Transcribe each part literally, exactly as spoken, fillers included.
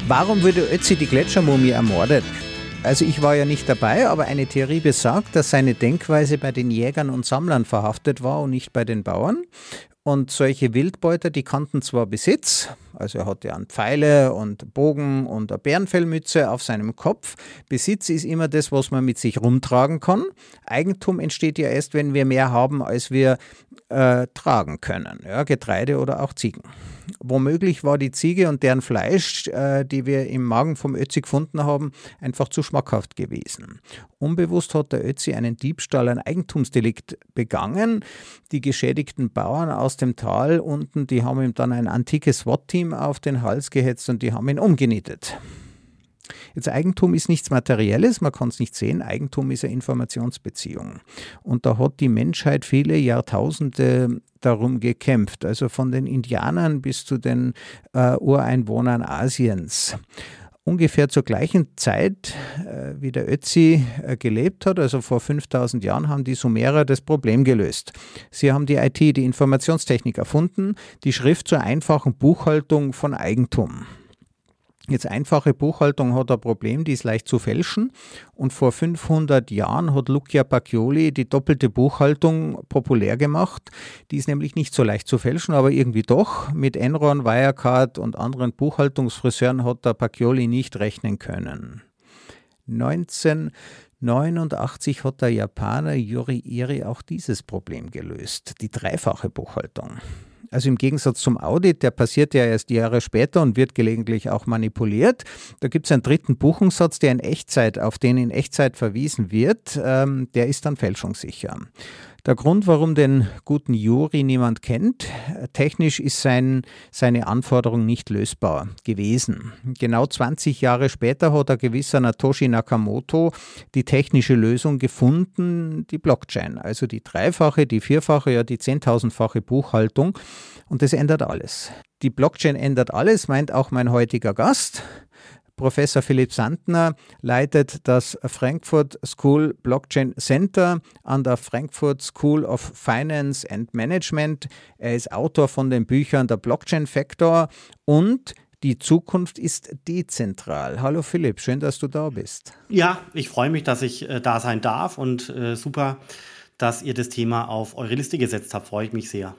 Warum wurde Ötzi die Gletschermumie ermordet? Also ich war ja nicht dabei, aber eine Theorie besagt, dass seine Denkweise bei den Jägern und Sammlern verhaftet war und nicht bei den Bauern. Und solche Wildbeuter, die kannten zwar Besitz, also er hatte einen Pfeile und Bogen und eine Bärenfellmütze auf seinem Kopf. Besitz ist immer das, was man mit sich rumtragen kann. Eigentum entsteht ja erst, wenn wir mehr haben, als wir äh, tragen können. Ja, Getreide oder auch Ziegen. Womöglich war die Ziege und deren Fleisch, äh, die wir im Magen vom Ötzi gefunden haben, einfach zu schmackhaft gewesen. Unbewusst hat der Ötzi einen Diebstahl, ein Eigentumsdelikt begangen. Die geschädigten Bauern aus dem Tal unten, die haben ihm dann ein antikes SWAT-Team auf den Hals gehetzt und die haben ihn umgenietet. Jetzt Eigentum ist nichts Materielles, man kann es nicht sehen. Eigentum ist eine Informationsbeziehung. Und da hat die Menschheit viele Jahrtausende darum gekämpft, also von den Indianern bis zu den äh, Ureinwohnern Asiens. Ungefähr zur gleichen Zeit, äh, wie der Ötzi äh, gelebt hat, also vor fünftausend Jahren, haben die Sumerer das Problem gelöst. Sie haben die I T, die Informationstechnik erfunden, die Schrift zur einfachen Buchhaltung von Eigentum. Jetzt einfache Buchhaltung hat ein Problem, die ist leicht zu fälschen. Und vor fünfhundert Jahren hat Lucia Bacchioli die doppelte Buchhaltung populär gemacht. Die ist nämlich nicht so leicht zu fälschen, aber irgendwie doch. Mit Enron, Wirecard und anderen Buchhaltungsfriseuren hat der Bacchioli nicht rechnen können. neunzehnhundertneunundachtzig hat der Japaner Yuri Iri auch dieses Problem gelöst, die dreifache Buchhaltung. Also im Gegensatz zum Audit, der passiert ja erst Jahre später und wird gelegentlich auch manipuliert. Da gibt es einen dritten Buchungssatz, der in Echtzeit, auf den in Echtzeit verwiesen wird, ähm, der ist dann fälschungssicher. Der Grund, warum den guten Yuri niemand kennt, technisch ist sein, seine Anforderung nicht lösbar gewesen. Genau zwanzig Jahre später hat ein gewisser Satoshi Nakamoto die technische Lösung gefunden, die Blockchain. Also die dreifache, die vierfache, ja die zehntausendfache Buchhaltung. Und das ändert alles. Die Blockchain ändert alles, meint auch mein heutiger Gast. Professor Philipp Sandner leitet das Frankfurt School Blockchain Center an der Frankfurt School of Finance and Management. Er ist Autor von den Büchern Der Blockchain Factor und Die Zukunft ist dezentral. Hallo Philipp, schön, dass du da bist. Ja, ich freue mich, dass ich äh, da sein darf und äh, super, dass ihr das Thema auf eure Liste gesetzt habt. Freue ich mich sehr.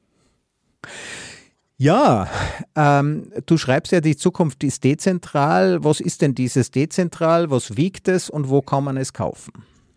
Ja, ähm, du schreibst ja, die Zukunft ist dezentral. Was ist denn dieses dezentral? Was wiegt es und wo kann man es kaufen?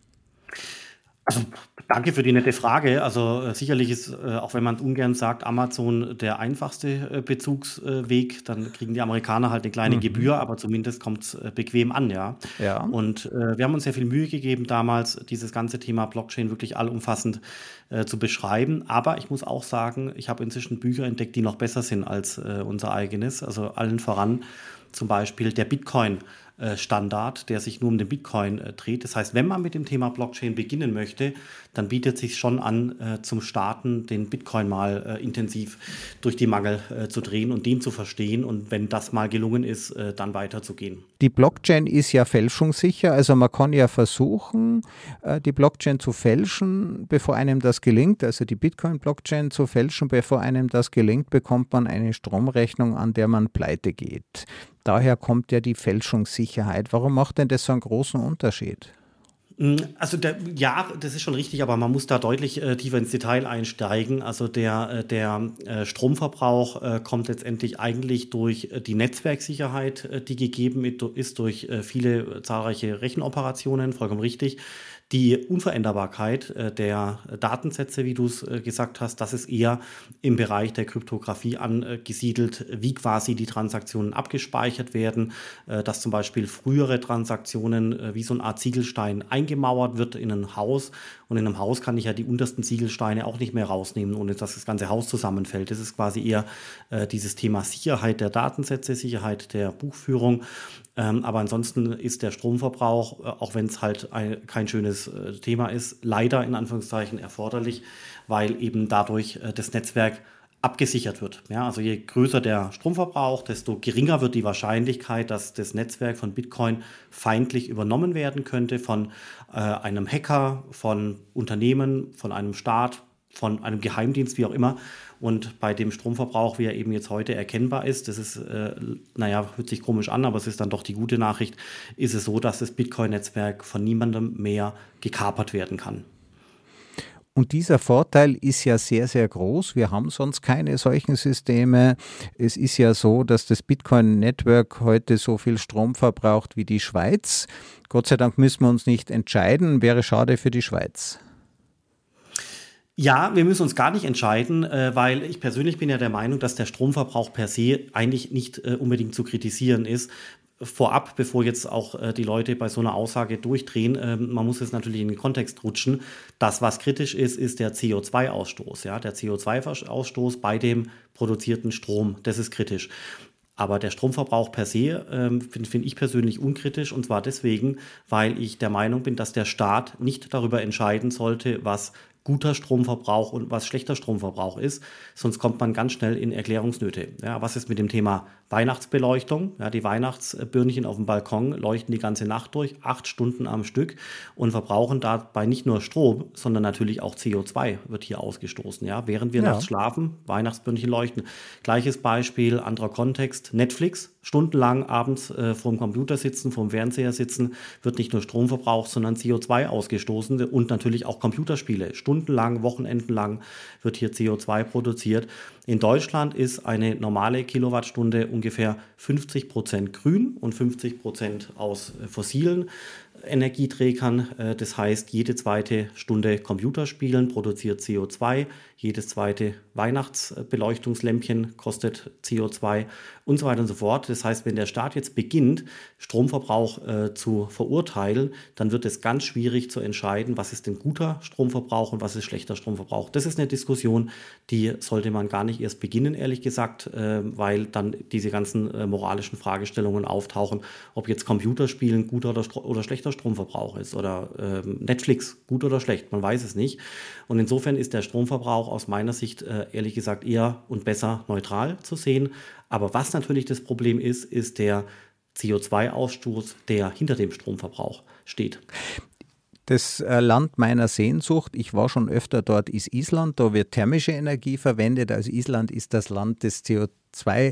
Also danke für die nette Frage. Also äh, sicherlich ist, äh, auch wenn man ungern sagt, Amazon der einfachste äh, Bezugsweg, dann kriegen die Amerikaner halt eine kleine Mhm. Gebühr, aber zumindest kommt es äh, bequem an, ja. Ja. Und äh, wir haben uns sehr viel Mühe gegeben, damals dieses ganze Thema Blockchain wirklich allumfassend äh, zu beschreiben. Aber ich muss auch sagen, ich habe inzwischen Bücher entdeckt, die noch besser sind als äh, unser eigenes. Also allen voran zum Beispiel der Bitcoin. äh, Standard, der sich nur um den Bitcoin äh, dreht. Das heißt, wenn man mit dem Thema Blockchain beginnen möchte, dann bietet es sich schon an, äh, zum Starten den Bitcoin mal äh, intensiv durch die Mangel äh, zu drehen und den zu verstehen. Und wenn das mal gelungen ist, äh, dann weiterzugehen. Die Blockchain ist ja fälschungssicher, also man kann ja versuchen, äh, die Blockchain zu fälschen, bevor einem das gelingt. Also die Bitcoin-Blockchain zu fälschen, bevor einem das gelingt, bekommt man eine Stromrechnung, an der man pleite geht. Daher kommt ja die Fälschungssicherheit. Warum macht denn das so einen großen Unterschied? Mm, Also der, ja, das ist schon richtig, aber man muss da deutlich äh, tiefer ins Detail einsteigen. Also der, äh, der äh, Stromverbrauch äh, kommt letztendlich eigentlich durch äh, die Netzwerksicherheit, äh, die gegeben ist durch äh, viele äh, zahlreiche Rechenoperationen, vollkommen richtig. Die Unveränderbarkeit äh, der Datensätze, wie du es äh, gesagt hast, das ist eher im Bereich der Kryptographie angesiedelt, wie quasi die Transaktionen abgespeichert werden, äh, dass zum Beispiel frühere Transaktionen äh, wie so eine Art Ziegelstein eingemauert wird in ein Haus. Und in einem Haus kann ich ja die untersten Ziegelsteine auch nicht mehr rausnehmen, ohne dass das ganze Haus zusammenfällt. Das ist quasi eher äh, dieses Thema Sicherheit der Datensätze, Sicherheit der Buchführung. Ähm, aber ansonsten ist der Stromverbrauch, äh, auch wenn es halt ein, kein schönes äh, Thema ist, leider in Anführungszeichen erforderlich, weil eben dadurch äh, das Netzwerk abgesichert wird. Ja, also je größer der Stromverbrauch, desto geringer wird die Wahrscheinlichkeit, dass das Netzwerk von Bitcoin feindlich übernommen werden könnte von äh, einem Hacker, von Unternehmen, von einem Staat, von einem Geheimdienst, wie auch immer. Und bei dem Stromverbrauch, wie er eben jetzt heute erkennbar ist, das ist, äh, naja, hört sich komisch an, aber es ist dann doch die gute Nachricht, ist es so, dass das Bitcoin-Netzwerk von niemandem mehr gekapert werden kann. Und dieser Vorteil ist ja sehr, sehr groß. Wir haben sonst keine solchen Systeme. Es ist ja so, dass das Bitcoin-Network heute so viel Strom verbraucht wie die Schweiz. Gott sei Dank müssen wir uns nicht entscheiden. Wäre schade für die Schweiz. Ja, wir müssen uns gar nicht entscheiden, äh, weil ich persönlich bin ja der Meinung, dass der Stromverbrauch per se eigentlich nicht äh, unbedingt zu kritisieren ist. Vorab, bevor jetzt auch äh, die Leute bei so einer Aussage durchdrehen, äh, man muss es natürlich in den Kontext rutschen. Das, was kritisch ist, ist der C O zwei Ausstoß. Ja? Der C O zwei Ausstoß bei dem produzierten Strom, das ist kritisch. Aber der Stromverbrauch per se ähm, finde find ich persönlich unkritisch, und zwar deswegen, weil ich der Meinung bin, dass der Staat nicht darüber entscheiden sollte, was guter Stromverbrauch und was schlechter Stromverbrauch ist, sonst kommt man ganz schnell in Erklärungsnöte. Ja, was ist mit dem Thema Weihnachtsbeleuchtung? Ja, die Weihnachtsbirnchen auf dem Balkon leuchten die ganze Nacht durch, acht Stunden am Stück, und verbrauchen dabei nicht nur Strom, sondern natürlich auch C O zwei wird hier ausgestoßen. Ja, während wir ja. nachts schlafen, Weihnachtsbirnchen leuchten. Gleiches Beispiel, anderer Kontext, Netflix. Stundenlang abends äh, vor dem Computer sitzen, vor dem Fernseher sitzen, wird nicht nur Strom verbraucht, sondern C O zwei ausgestoßen, und natürlich auch Computerspiele. Stundenlang, wochenendenlang wird hier C O zwei produziert. In Deutschland ist eine normale Kilowattstunde ungefähr fünfzig Prozent grün und fünfzig Prozent aus äh, fossilen Energieträgern. Äh, das heißt, jede zweite Stunde Computerspielen produziert C O zwei, jedes zweite Weihnachtsbeleuchtungslämpchen kostet C O zwei und so weiter und so fort. Das heißt, wenn der Staat jetzt beginnt, Stromverbrauch äh, zu verurteilen, dann wird es ganz schwierig zu entscheiden, was ist denn guter Stromverbrauch und was ist schlechter Stromverbrauch. Das ist eine Diskussion, die sollte man gar nicht erst beginnen, ehrlich gesagt, äh, weil dann diese ganzen äh, moralischen Fragestellungen auftauchen, ob jetzt Computerspielen guter oder, oder schlechter Stromverbrauch ist oder äh, Netflix gut oder schlecht, man weiß es nicht. Und insofern ist der Stromverbrauch aus meiner Sicht äh, ehrlich gesagt eher und besser neutral zu sehen. Aber was natürlich das Problem ist, ist der C O zwei Ausstoß, der hinter dem Stromverbrauch steht. Das Land meiner Sehnsucht, ich war schon öfter dort, ist Island. Da wird thermische Energie verwendet. Also Island ist das Land des C O zwei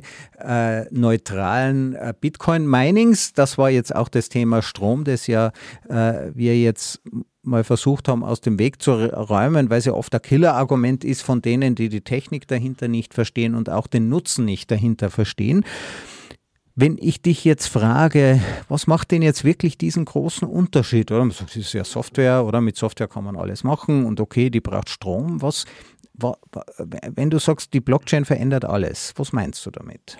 neutralen äh, Bitcoin-Minings. Das war jetzt auch das Thema Strom, das ja äh, wir jetzt mal versucht haben, aus dem Weg zu räumen, weil es ja oft ein Killer-Argument ist von denen, die die Technik dahinter nicht verstehen und auch den Nutzen nicht dahinter verstehen. Wenn ich dich jetzt frage, was macht denn jetzt wirklich diesen großen Unterschied? Oder man sagt, es ist ja Software, oder mit Software kann man alles machen und okay, die braucht Strom. Was, wenn du sagst, die Blockchain verändert alles, was meinst du damit?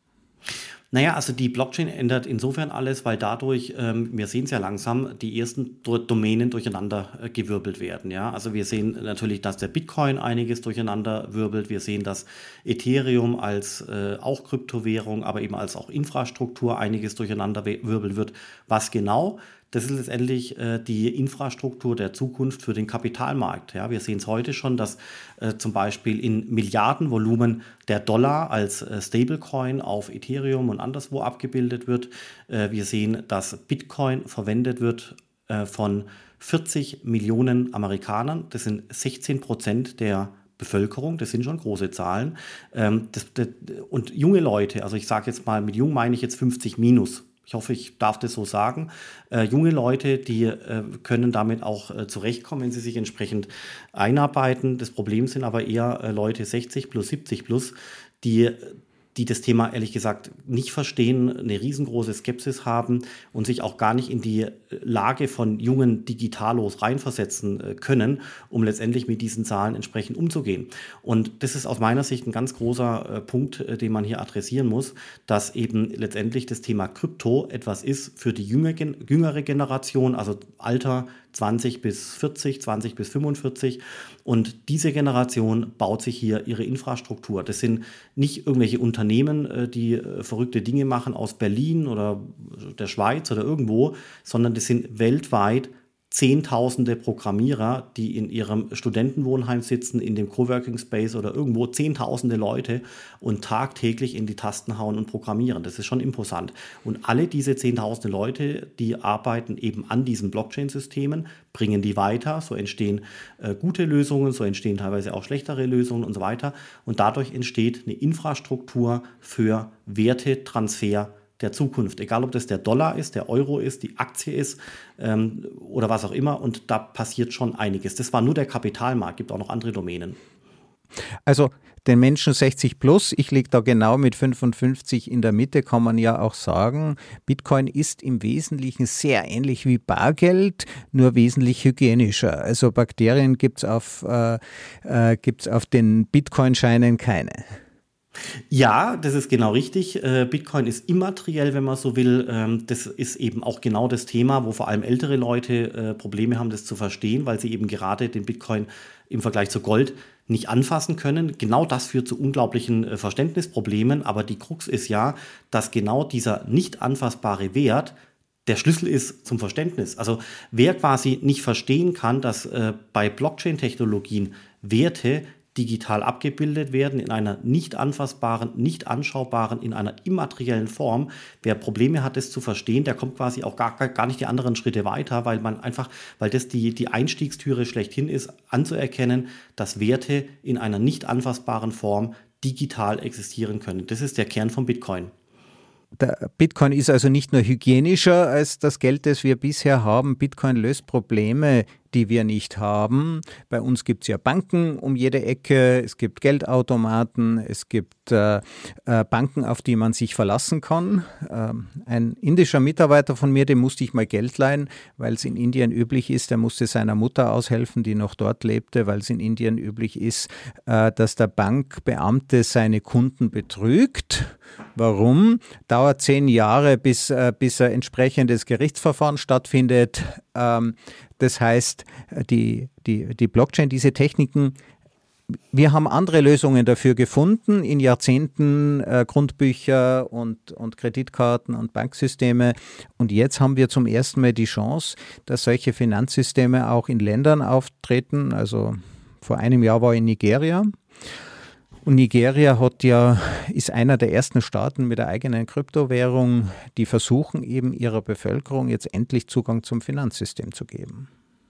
Naja, also die Blockchain ändert insofern alles, weil dadurch, ähm, wir sehen es ja langsam, die ersten Domänen durcheinander äh, gewirbelt werden. Ja? Also wir sehen natürlich, dass der Bitcoin einiges durcheinander wirbelt. Wir sehen, dass Ethereum als äh, auch Kryptowährung, aber eben als auch Infrastruktur einiges durcheinander wirbeln wird. Was genau? Das ist letztendlich äh, die Infrastruktur der Zukunft für den Kapitalmarkt. Ja, wir sehen es heute schon, dass äh, zum Beispiel in Milliardenvolumen der Dollar als äh, Stablecoin auf Ethereum und anderswo abgebildet wird. Äh, wir sehen, dass Bitcoin verwendet wird äh, von vierzig Millionen Amerikanern. Das sind sechzehn Prozent der Bevölkerung, das sind schon große Zahlen. Ähm, das, das, und junge Leute, also ich sage jetzt mal, mit jung meine ich jetzt fünfzig minus. Ich hoffe, ich darf das so sagen. Äh, junge Leute, die äh, können damit auch äh, zurechtkommen, wenn sie sich entsprechend einarbeiten. Das Problem sind aber eher äh, Leute sechzig plus, siebzig plus, die die das Thema ehrlich gesagt nicht verstehen, eine riesengroße Skepsis haben und sich auch gar nicht in die Lage von jungen Digitalos reinversetzen können, um letztendlich mit diesen Zahlen entsprechend umzugehen. Und das ist aus meiner Sicht ein ganz großer Punkt, den man hier adressieren muss, dass eben letztendlich das Thema Krypto etwas ist für die jüngere Generation, also Alter zwanzig bis vierzig, zwanzig bis fünfundvierzig. Und diese Generation baut sich hier ihre Infrastruktur. Das sind nicht irgendwelche Unternehmen, die verrückte Dinge machen aus Berlin oder der Schweiz oder irgendwo, sondern das sind weltweit Zehntausende Programmierer, die in ihrem Studentenwohnheim sitzen, in dem Coworking Space oder irgendwo, Zehntausende Leute und tagtäglich in die Tasten hauen und programmieren. Das ist schon imposant. Und alle diese Zehntausende Leute, die arbeiten eben an diesen Blockchain-Systemen, bringen die weiter, so entstehen äh, gute Lösungen, so entstehen teilweise auch schlechtere Lösungen und so weiter. Und dadurch entsteht eine Infrastruktur für Wertetransfer der Zukunft, egal ob das der Dollar ist, der Euro ist, die Aktie ist ähm, oder was auch immer. Und da passiert schon einiges. Das war nur der Kapitalmarkt, gibt auch noch andere Domänen. Also den Menschen sechzig plus, ich liege da genau mit fünfundfünfzig in der Mitte, kann man ja auch sagen, Bitcoin ist im Wesentlichen sehr ähnlich wie Bargeld, nur wesentlich hygienischer. Also Bakterien gibt es auf, äh, äh, gibt's auf den Bitcoin-Scheinen keine. Ja, das ist genau richtig. Bitcoin ist immateriell, wenn man so will. Das ist eben auch genau das Thema, wo vor allem ältere Leute Probleme haben, das zu verstehen, weil sie eben gerade den Bitcoin im Vergleich zu Gold nicht anfassen können. Genau das führt zu unglaublichen Verständnisproblemen. Aber die Krux ist ja, dass genau dieser nicht anfassbare Wert der Schlüssel ist zum Verständnis. Also wer quasi nicht verstehen kann, dass bei Blockchain-Technologien Werte digital abgebildet werden, in einer nicht anfassbaren, nicht anschaubaren, in einer immateriellen Form. Wer Probleme hat, das zu verstehen, der kommt quasi auch gar, gar nicht die anderen Schritte weiter, weil man einfach, weil das die, die Einstiegstüre schlechthin ist, anzuerkennen, dass Werte in einer nicht anfassbaren Form digital existieren können. Das ist der Kern von Bitcoin. Der Bitcoin ist also nicht nur hygienischer als das Geld, das wir bisher haben. Bitcoin löst Probleme, die wir nicht haben. Bei uns gibt es ja Banken um jede Ecke, es gibt Geldautomaten, es gibt äh, äh, Banken, auf die man sich verlassen kann. Ähm, ein indischer Mitarbeiter von mir, dem musste ich mal Geld leihen, weil es in Indien üblich ist, der musste seiner Mutter aushelfen, die noch dort lebte, weil es in Indien üblich ist, äh, dass der Bankbeamte seine Kunden betrügt. Warum? Dauert zehn Jahre, bis, äh, bis ein entsprechendes Gerichtsverfahren stattfindet. Ähm, das heißt, die, die, die Blockchain, diese Techniken, wir haben andere Lösungen dafür gefunden, in Jahrzehnten äh, Grundbücher und, und Kreditkarten und Banksysteme. Und jetzt haben wir zum ersten Mal die Chance, dass solche Finanzsysteme auch in Ländern auftreten. Also vor einem Jahr war ich in Nigeria. Und Nigeria hat ja, ist einer der ersten Staaten mit der eigenen Kryptowährung, die versuchen eben ihrer Bevölkerung jetzt endlich Zugang zum Finanzsystem zu geben.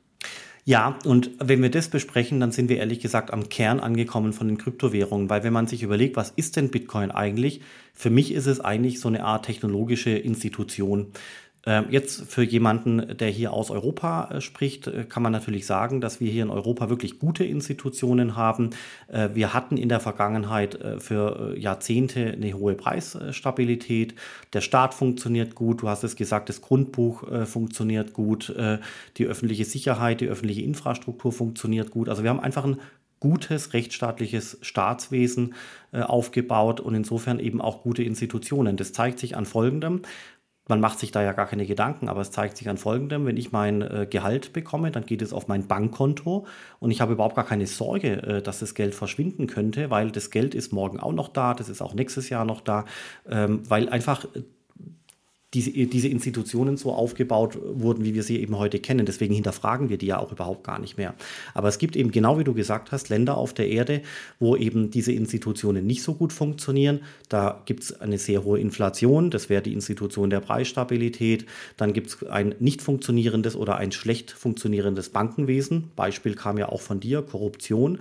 Ja, und wenn wir das besprechen, dann sind wir ehrlich gesagt am Kern angekommen von den Kryptowährungen, weil wenn man sich überlegt, was ist denn Bitcoin eigentlich? Für mich ist es eigentlich so eine Art technologische Institution. Jetzt für jemanden, der hier aus Europa äh, spricht, äh, kann man natürlich sagen, dass wir hier in Europa wirklich gute Institutionen haben. Äh, wir hatten in der Vergangenheit äh, für Jahrzehnte eine hohe Preisstabilität. Der Staat funktioniert gut. Du hast es gesagt, das Grundbuch äh, funktioniert gut. Äh, die öffentliche Sicherheit, die öffentliche Infrastruktur funktioniert gut. Also wir haben einfach ein gutes rechtsstaatliches Staatswesen äh, aufgebaut und insofern eben auch gute Institutionen. Das zeigt sich an Folgendem. Man macht sich da ja gar keine Gedanken, aber es zeigt sich an Folgendem: Wenn ich mein äh, Gehalt bekomme, dann geht es auf mein Bankkonto und ich habe überhaupt gar keine Sorge, äh, dass das Geld verschwinden könnte, weil das Geld ist morgen auch noch da, das ist auch nächstes Jahr noch da, ähm, weil einfach äh, diese, diese Institutionen so aufgebaut wurden, wie wir sie eben heute kennen. Deswegen hinterfragen wir die ja auch überhaupt gar nicht mehr. Aber es gibt eben, genau wie du gesagt hast, Länder auf der Erde, wo eben diese Institutionen nicht so gut funktionieren. Da gibt es eine sehr hohe Inflation. Das wäre die Institution der Preisstabilität. Dann gibt es ein nicht funktionierendes oder ein schlecht funktionierendes Bankenwesen. Beispiel kam ja auch von dir, Korruption.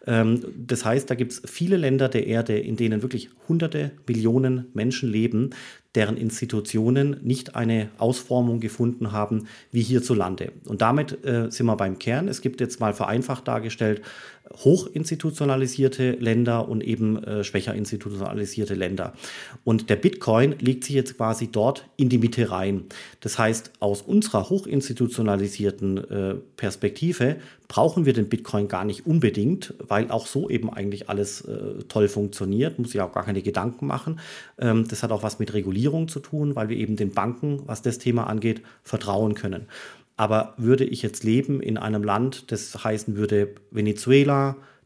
Das heißt, da gibt es viele Länder der Erde, in denen wirklich hunderte Millionen Menschen leben, deren Institutionen nicht eine Ausformung gefunden haben wie hierzulande. Und damit äh, sind wir beim Kern. Es gibt jetzt mal vereinfacht dargestellt hochinstitutionalisierte Länder und eben äh, schwächer institutionalisierte Länder. Und der Bitcoin legt sich jetzt quasi dort in die Mitte rein. Das heißt, aus unserer hochinstitutionalisierten äh, Perspektive brauchen wir den Bitcoin gar nicht unbedingt, weil auch so eben eigentlich alles äh, toll funktioniert, muss ich auch gar keine Gedanken machen. Ähm, das hat auch was mit Regulierung zu tun, weil wir eben den Banken, was das Thema angeht, vertrauen können. Aber würde ich jetzt leben in einem Land, das heißen würde Venezuela,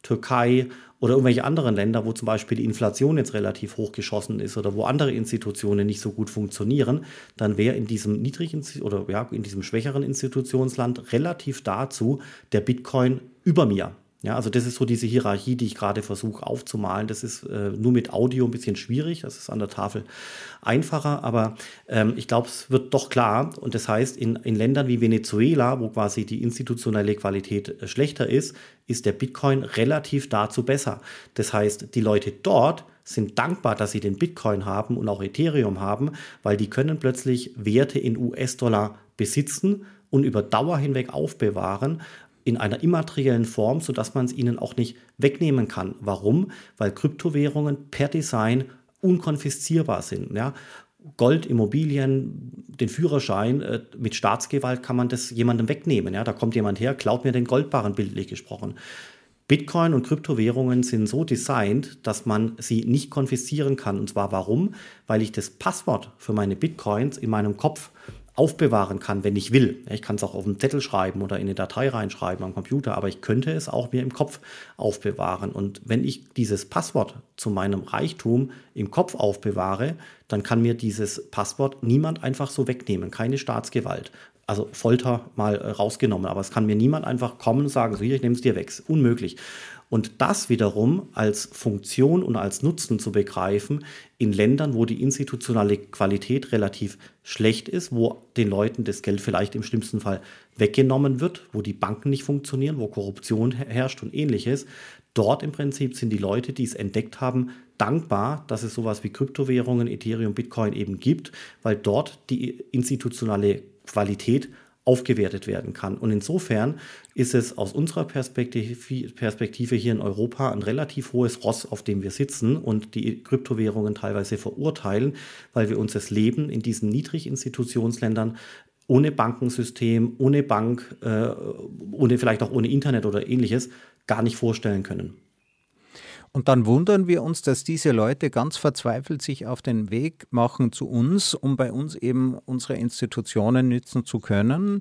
Türkei oder irgendwelche anderen Länder, wo zum Beispiel die Inflation jetzt relativ hoch geschossen ist oder wo andere Institutionen nicht so gut funktionieren, dann wäre in diesem niedrigen oder ja, in diesem schwächeren Institutionsland relativ dazu der Bitcoin über mir. Ja, also das ist so diese Hierarchie, die ich gerade versuche aufzumalen. Das ist äh, nur mit Audio ein bisschen schwierig, das ist an der Tafel einfacher, aber ähm, ich glaube, es wird doch klar. Und das heißt, in, in Ländern wie Venezuela, wo quasi die institutionelle Qualität äh, schlechter ist, ist der Bitcoin relativ dazu besser. Das heißt, die Leute dort sind dankbar, dass sie den Bitcoin haben und auch Ethereum haben, weil die können plötzlich Werte in U S-Dollar besitzen und über Dauer hinweg aufbewahren, in einer immateriellen Form, sodass man es ihnen auch nicht wegnehmen kann. Warum? Weil Kryptowährungen per Design unkonfiszierbar sind. Ja? Gold, Immobilien, den Führerschein, äh, mit Staatsgewalt kann man das jemandem wegnehmen. Ja? Da kommt jemand her, klaut mir den Goldbarren, bildlich gesprochen. Bitcoin und Kryptowährungen sind so designt, dass man sie nicht konfiszieren kann. Und zwar warum? Weil ich das Passwort für meine Bitcoins in meinem Kopf aufbewahren kann, wenn ich will. Ich kann es auch auf einen Zettel schreiben oder in eine Datei reinschreiben am Computer, aber ich könnte es auch mir im Kopf aufbewahren. Und wenn ich dieses Passwort zu meinem Reichtum im Kopf aufbewahre, dann kann mir dieses Passwort niemand einfach so wegnehmen, keine Staatsgewalt. Also Folter mal rausgenommen, aber es kann mir niemand einfach kommen und sagen, so hier, ich nehme es dir weg. Unmöglich. Und das wiederum als Funktion und als Nutzen zu begreifen in Ländern, wo die institutionelle Qualität relativ schlecht ist, wo den Leuten das Geld vielleicht im schlimmsten Fall weggenommen wird, wo die Banken nicht funktionieren, wo Korruption herrscht und ähnliches. Dort im Prinzip sind die Leute, die es entdeckt haben, dankbar, dass es sowas wie Kryptowährungen, Ethereum, Bitcoin eben gibt, weil dort die institutionelle Qualität aufgewertet werden kann. Und insofern ist es aus unserer Perspektive, Perspektive hier in Europa ein relativ hohes Ross, auf dem wir sitzen und die Kryptowährungen teilweise verurteilen, weil wir uns das Leben in diesen Niedriginstitutionsländern ohne Bankensystem, ohne Bank, äh, ohne vielleicht auch ohne Internet oder ähnliches gar nicht vorstellen können. Und dann wundern wir uns, dass diese Leute ganz verzweifelt sich auf den Weg machen zu uns, um bei uns eben unsere Institutionen nützen zu können.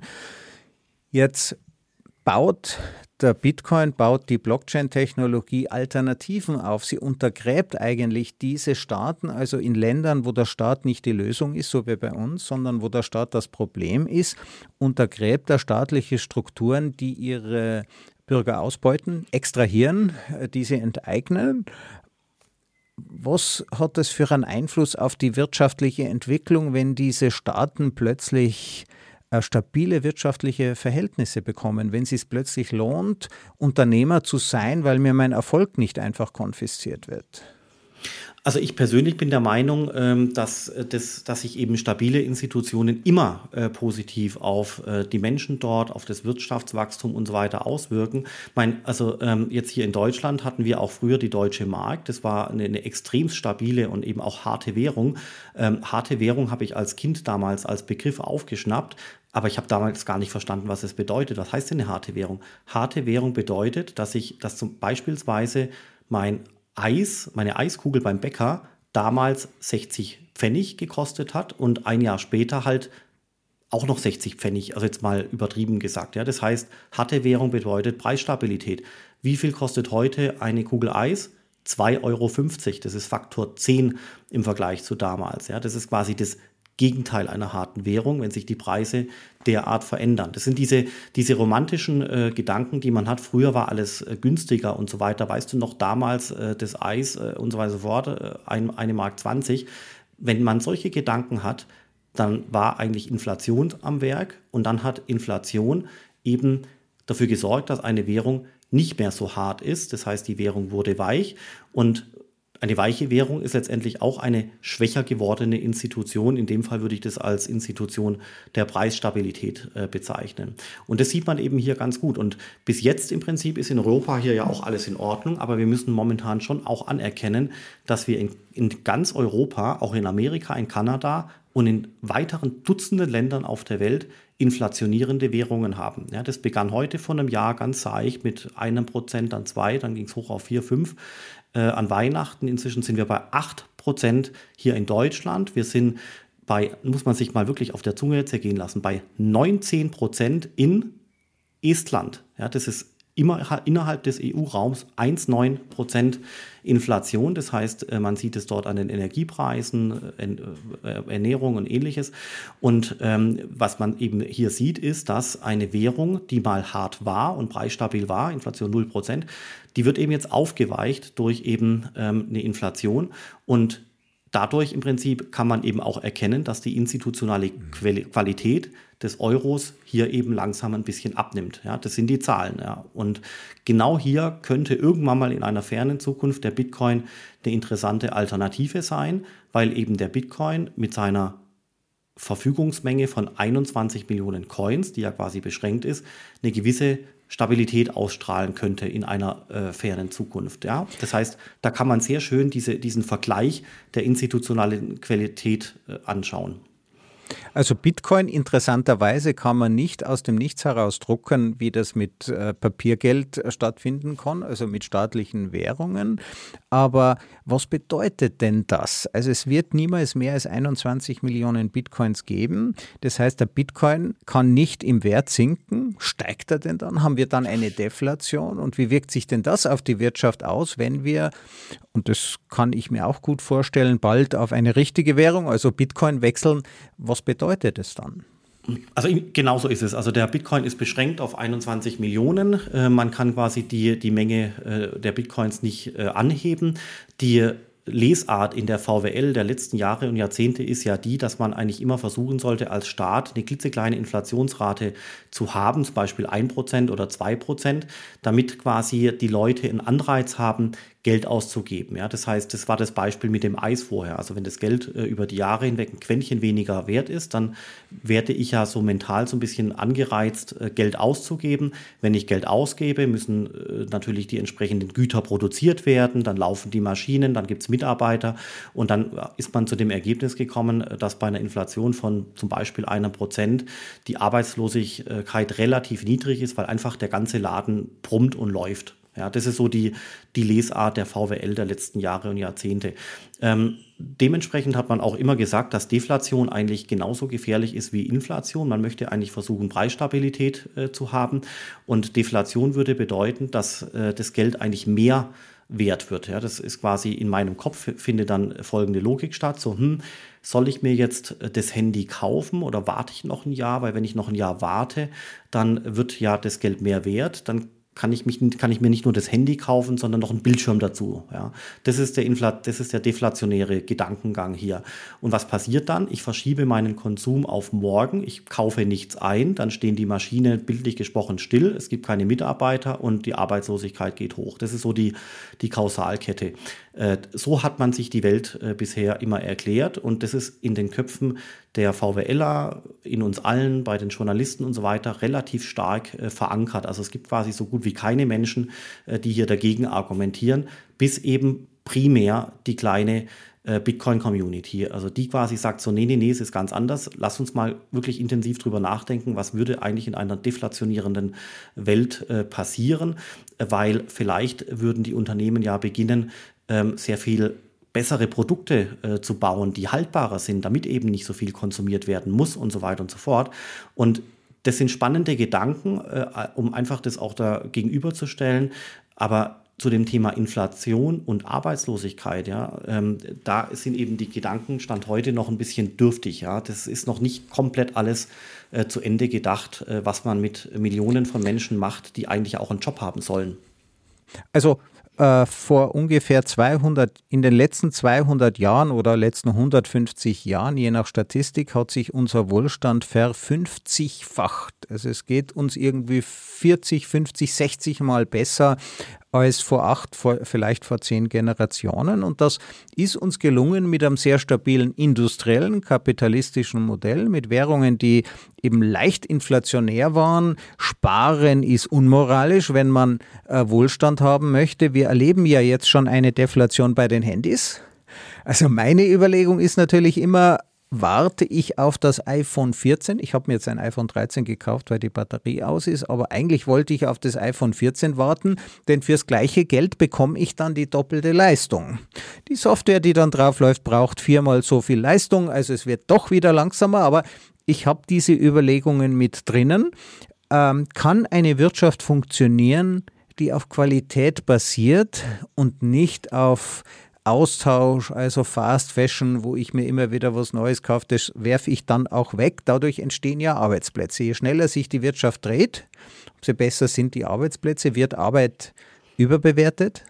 Jetzt baut der Bitcoin, baut die Blockchain-Technologie Alternativen auf. Sie untergräbt eigentlich diese Staaten, also in Ländern, wo der Staat nicht die Lösung ist, so wie bei uns, sondern wo der Staat das Problem ist, untergräbt er staatliche Strukturen, die ihre Bürger ausbeuten, extrahieren, die sie enteignen. Was hat das für einen Einfluss auf die wirtschaftliche Entwicklung, wenn diese Staaten plötzlich stabile wirtschaftliche Verhältnisse bekommen, wenn es sich plötzlich lohnt, Unternehmer zu sein, weil mir mein Erfolg nicht einfach konfisziert wird? Also ich persönlich bin der Meinung, dass, das, dass sich eben stabile Institutionen immer äh, positiv auf äh, die Menschen dort, auf das Wirtschaftswachstum und so weiter auswirken. Mein, also ähm, jetzt hier in Deutschland hatten wir auch früher die Deutsche Mark. Das war eine, eine extrem stabile und eben auch harte Währung. Ähm, harte Währung habe ich als Kind damals als Begriff aufgeschnappt. Aber ich habe damals gar nicht verstanden, was es bedeutet. Was heißt denn eine harte Währung? Harte Währung bedeutet, dass ich, dass zum beispielsweise mein Eis, meine Eiskugel beim Bäcker damals sechzig Pfennig gekostet hat und ein Jahr später halt auch noch sechzig Pfennig, also jetzt mal übertrieben gesagt. Ja. Das heißt, harte Währung bedeutet Preisstabilität. Wie viel kostet heute eine Kugel Eis? zwei Euro fünfzig. Das ist Faktor zehn im Vergleich zu damals. Ja. Das ist quasi das Gegenteil einer harten Währung, wenn sich die Preise derart verändern. Das sind diese, diese romantischen äh, Gedanken, die man hat. Früher war alles äh, günstiger und so weiter. Weißt du noch, damals äh, das Eis äh, und so weiter so fort, äh, ein, eine Mark zwanzig. Wenn man solche Gedanken hat, dann war eigentlich Inflation am Werk und dann hat Inflation eben dafür gesorgt, dass eine Währung nicht mehr so hart ist. Das heißt, die Währung wurde weich und eine weiche Währung ist letztendlich auch eine schwächer gewordene Institution. In dem Fall würde ich das als Institution der Preisstabilität äh, bezeichnen. Und das sieht man eben hier ganz gut. Und bis jetzt im Prinzip ist in Europa hier ja auch alles in Ordnung. Aber wir müssen momentan schon auch anerkennen, dass wir in, in ganz Europa, auch in Amerika, in Kanada und in weiteren Dutzenden Ländern auf der Welt inflationierende Währungen haben. Ja, das begann heute vor einem Jahr ganz seicht mit einem Prozent, dann zwei, dann ging es hoch auf vier, fünf. Äh, an Weihnachten inzwischen sind wir bei acht Prozent hier in Deutschland. Wir sind bei, muss man sich mal wirklich auf der Zunge zergehen lassen, bei neunzehn Prozent in Estland. Ja, das ist immer innerhalb des E U-Raums eins Komma neun Prozent Inflation. Das heißt, man sieht es dort an den Energiepreisen, Ernährung und ähnliches. Und ähm, was man eben hier sieht, ist, dass eine Währung, die mal hart war und preisstabil war, Inflation null Prozent, die wird eben jetzt aufgeweicht durch eben ähm, eine Inflation. Und dadurch im Prinzip kann man eben auch erkennen, dass die institutionale Qualität des Euros hier eben langsam ein bisschen abnimmt. Ja, das sind die Zahlen. Ja. Und genau hier könnte irgendwann mal in einer fernen Zukunft der Bitcoin eine interessante Alternative sein, weil eben der Bitcoin mit seiner Verfügungsmenge von einundzwanzig Millionen Coins, die ja quasi beschränkt ist, eine gewisse Stabilität ausstrahlen könnte in einer äh, fernen Zukunft. Ja? Das heißt, da kann man sehr schön diese, diesen Vergleich der institutionalen Qualität äh, anschauen. Also Bitcoin, interessanterweise, kann man nicht aus dem Nichts heraus drucken, wie das mit äh, Papiergeld äh, stattfinden kann, also mit staatlichen Währungen. Aber was bedeutet denn das? Also es wird niemals mehr als einundzwanzig Millionen Bitcoins geben. Das heißt, der Bitcoin kann nicht im Wert sinken. Steigt er denn dann? Haben wir dann eine Deflation? Und wie wirkt sich denn das auf die Wirtschaft aus, wenn wir, und das kann ich mir auch gut vorstellen, bald auf eine richtige Währung, also Bitcoin, wechseln? Was bedeutet es dann? Also genau so ist es. Also der Bitcoin ist beschränkt auf einundzwanzig Millionen. Äh, man kann quasi die, die Menge äh, der Bitcoins nicht äh, anheben. Die Lesart in der V W L der letzten Jahre und Jahrzehnte ist ja die, dass man eigentlich immer versuchen sollte, als Staat eine klitzekleine Inflationsrate zu haben, zum Beispiel ein Prozent oder zwei Prozent, damit quasi die Leute einen Anreiz haben, Geld auszugeben. Ja, das heißt, das war das Beispiel mit dem Eis vorher. Also wenn das Geld äh, über die Jahre hinweg ein Quäntchen weniger wert ist, dann werde ich ja so mental so ein bisschen angereizt, äh, Geld auszugeben. Wenn ich Geld ausgebe, müssen äh, natürlich die entsprechenden Güter produziert werden, dann laufen die Maschinen, dann gibt es Mitarbeiter und dann ist man zu dem Ergebnis gekommen, dass bei einer Inflation von zum Beispiel einem Prozent die Arbeitslosigkeit relativ niedrig ist, weil einfach der ganze Laden brummt und läuft. Ja, das ist so die, die Lesart der V W L der letzten Jahre und Jahrzehnte. Ähm, dementsprechend hat man auch immer gesagt, dass Deflation eigentlich genauso gefährlich ist wie Inflation. Man möchte eigentlich versuchen, Preisstabilität äh, zu haben. Und Deflation würde bedeuten, dass äh, das Geld eigentlich mehr wert wird. Ja, das ist quasi in meinem Kopf, findet dann folgende Logik statt. So, hm, soll ich mir jetzt das Handy kaufen oder warte ich noch ein Jahr? Weil wenn ich noch ein Jahr warte, dann wird ja das Geld mehr wert. Dann kann ich, mich, kann ich mir nicht nur das Handy kaufen, sondern noch einen Bildschirm dazu. Ja. Das ist der Infl- das ist der deflationäre Gedankengang hier. Und was passiert dann? Ich verschiebe meinen Konsum auf morgen, ich kaufe nichts ein, dann stehen die Maschinen bildlich gesprochen still, es gibt keine Mitarbeiter und die Arbeitslosigkeit geht hoch. Das ist so die, die Kausalkette. Äh, so hat man sich die Welt äh, bisher immer erklärt und das ist in den Köpfen der VWLer, in uns allen, bei den Journalisten und so weiter relativ stark äh, verankert. Also es gibt quasi so gut wie keine Menschen, äh, die hier dagegen argumentieren, bis eben primär die kleine äh, Bitcoin-Community. Also die quasi sagt so, nee, nee, nee, es ist ganz anders. Lass uns mal wirklich intensiv drüber nachdenken, was würde eigentlich in einer deflationierenden Welt äh, passieren, äh, weil vielleicht würden die Unternehmen ja beginnen, ähm, sehr viel bessere Produkte äh, zu bauen, die haltbarer sind, damit eben nicht so viel konsumiert werden muss und so weiter und so fort. Und das sind spannende Gedanken, äh, um einfach das auch da gegenüberzustellen. Aber zu dem Thema Inflation und Arbeitslosigkeit, ja, ähm, da sind eben die Gedanken Stand heute noch ein bisschen dürftig. Ja. Das ist noch nicht komplett alles äh, zu Ende gedacht, äh, was man mit Millionen von Menschen macht, die eigentlich auch einen Job haben sollen. Also Äh, vor ungefähr zweihundert, in den letzten zweihundert Jahren oder letzten hundertfünfzig Jahren, je nach Statistik, hat sich unser Wohlstand verfünfzigfacht. Also es geht uns irgendwie vierzig, fünfzig, sechzig Mal besser als vor acht, vor, vielleicht vor zehn Generationen. Und das ist uns gelungen mit einem sehr stabilen industriellen, kapitalistischen Modell, mit Währungen, die eben leicht inflationär waren. Sparen ist unmoralisch, wenn man äh, Wohlstand haben möchte. Wir erleben ja jetzt schon eine Deflation bei den Handys. Also meine Überlegung ist natürlich immer, warte ich auf das iPhone vierzehn. Ich habe mir jetzt ein iPhone dreizehn gekauft, weil die Batterie aus ist, aber eigentlich wollte ich auf das iPhone vierzehn warten, denn fürs gleiche Geld bekomme ich dann die doppelte Leistung. Die Software, die dann drauf läuft, braucht viermal so viel Leistung, also es wird doch wieder langsamer, aber ich habe diese Überlegungen mit drinnen. Ähm, kann eine Wirtschaft funktionieren, die auf Qualität basiert und nicht auf Austausch, also Fast Fashion, wo ich mir immer wieder was Neues kaufe, das werfe ich dann auch weg. Dadurch entstehen ja Arbeitsplätze. Je schneller sich die Wirtschaft dreht, umso besser sind die Arbeitsplätze. Wird Arbeit überbewertet?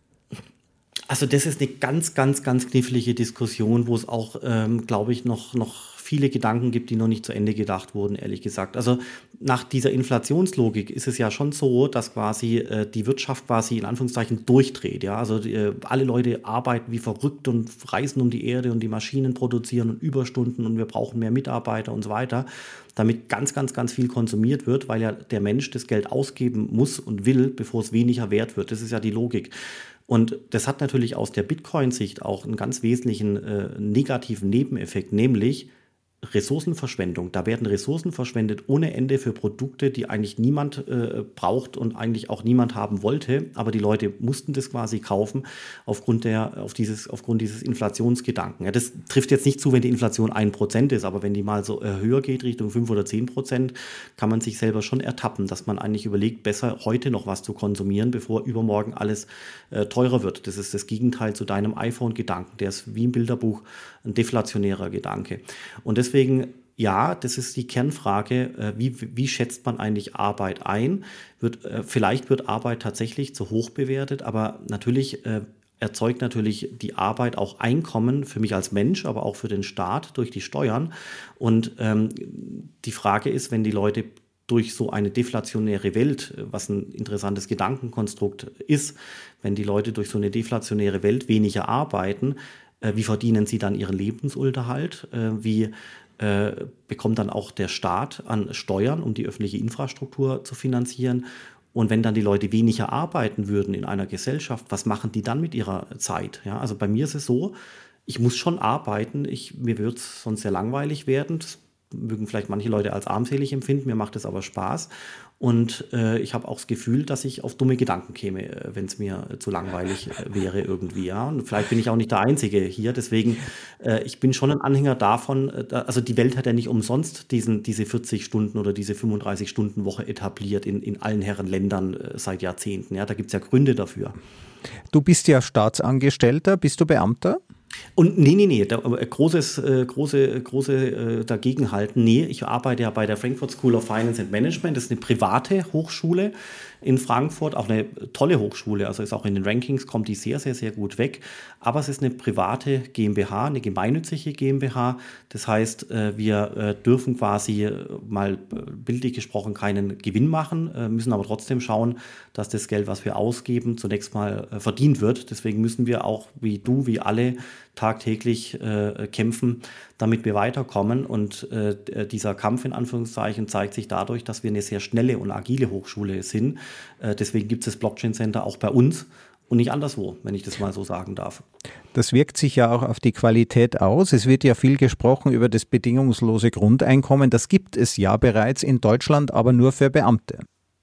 Also das ist eine ganz, ganz, ganz knifflige Diskussion, wo es auch, ähm, glaube ich, noch, noch viele Gedanken gibt, die noch nicht zu Ende gedacht wurden, ehrlich gesagt. Also nach dieser Inflationslogik ist es ja schon so, dass quasi äh, die Wirtschaft quasi in Anführungszeichen durchdreht. Ja? Also die, äh, alle Leute arbeiten wie verrückt und reisen um die Erde und die Maschinen produzieren und Überstunden und wir brauchen mehr Mitarbeiter und so weiter, damit ganz, ganz, ganz viel konsumiert wird, weil ja der Mensch das Geld ausgeben muss und will, bevor es weniger wert wird. Das ist ja die Logik. Und das hat natürlich aus der Bitcoin-Sicht auch einen ganz wesentlichen äh, negativen Nebeneffekt, nämlich Ressourcenverschwendung. Da werden Ressourcen verschwendet ohne Ende für Produkte, die eigentlich niemand äh, braucht und eigentlich auch niemand haben wollte. Aber die Leute mussten das quasi kaufen aufgrund, der, auf dieses, aufgrund dieses Inflationsgedanken. Ja, das trifft jetzt nicht zu, wenn die Inflation ein Prozent ist, aber wenn die mal so äh, höher geht, Richtung fünf oder zehn Prozent, kann man sich selber schon ertappen, dass man eigentlich überlegt, besser heute noch was zu konsumieren, bevor übermorgen alles äh, teurer wird. Das ist das Gegenteil zu deinem iPhone-Gedanken. Der ist wie im Bilderbuch ein deflationärer Gedanke. Und deswegen Deswegen, ja, das ist die Kernfrage, wie, wie schätzt man eigentlich Arbeit ein? Wird, vielleicht wird Arbeit tatsächlich zu hoch bewertet, aber natürlich äh, erzeugt natürlich die Arbeit auch Einkommen für mich als Mensch, aber auch für den Staat durch die Steuern. Und ähm, die Frage ist, wenn die Leute durch so eine deflationäre Welt, was ein interessantes Gedankenkonstrukt ist, wenn die Leute durch so eine deflationäre Welt weniger arbeiten, äh, wie verdienen sie dann ihren Lebensunterhalt? Äh, wie äh, bekommt dann auch der Staat an Steuern, um die öffentliche Infrastruktur zu finanzieren? Und wenn dann die Leute weniger arbeiten würden in einer Gesellschaft, was machen die dann mit ihrer Zeit? Ja, also bei mir ist es so, ich muss schon arbeiten, ich, mir wird es sonst sehr langweilig werden. Das mögen vielleicht manche Leute als armselig empfinden, mir macht es aber Spaß. Und äh, ich habe auch das Gefühl, dass ich auf dumme Gedanken käme, äh, wenn es mir äh, zu langweilig äh, wäre irgendwie. Ja? Und vielleicht bin ich auch nicht der Einzige hier. Deswegen, äh, ich bin schon ein Anhänger davon, äh, da, also die Welt hat ja nicht umsonst diesen, diese vierzig Stunden oder diese fünfunddreißig-Stunden-Woche etabliert in, in allen Herren Ländern äh, seit Jahrzehnten. Ja? Da gibt es ja Gründe dafür. Du bist ja Staatsangestellter, bist du Beamter? Und nee, nee, nee, da, äh, großes, äh, große, große äh, dagegenhalten. Nee, ich arbeite ja bei der Frankfurt School of Finance and Management. Das ist eine private Hochschule in Frankfurt, auch eine tolle Hochschule. Also ist auch in den Rankings, kommt die sehr, sehr, sehr gut weg. Aber es ist eine private GmbH, eine gemeinnützige GmbH. Das heißt, äh, wir äh, dürfen quasi äh, mal bildlich gesprochen keinen Gewinn machen, äh, müssen aber trotzdem schauen, dass das Geld, was wir ausgeben, zunächst mal äh, verdient wird. Deswegen müssen wir auch, wie du, wie alle, tagtäglich äh, kämpfen, damit wir weiterkommen. Und äh, dieser Kampf in Anführungszeichen zeigt sich dadurch, dass wir eine sehr schnelle und agile Hochschule sind. Äh, deswegen gibt es das Blockchain Center auch bei uns und nicht anderswo, wenn ich das mal so sagen darf. Das wirkt sich ja auch auf die Qualität aus. Es wird ja viel gesprochen über das bedingungslose Grundeinkommen. Das gibt es ja bereits in Deutschland, aber nur für Beamte.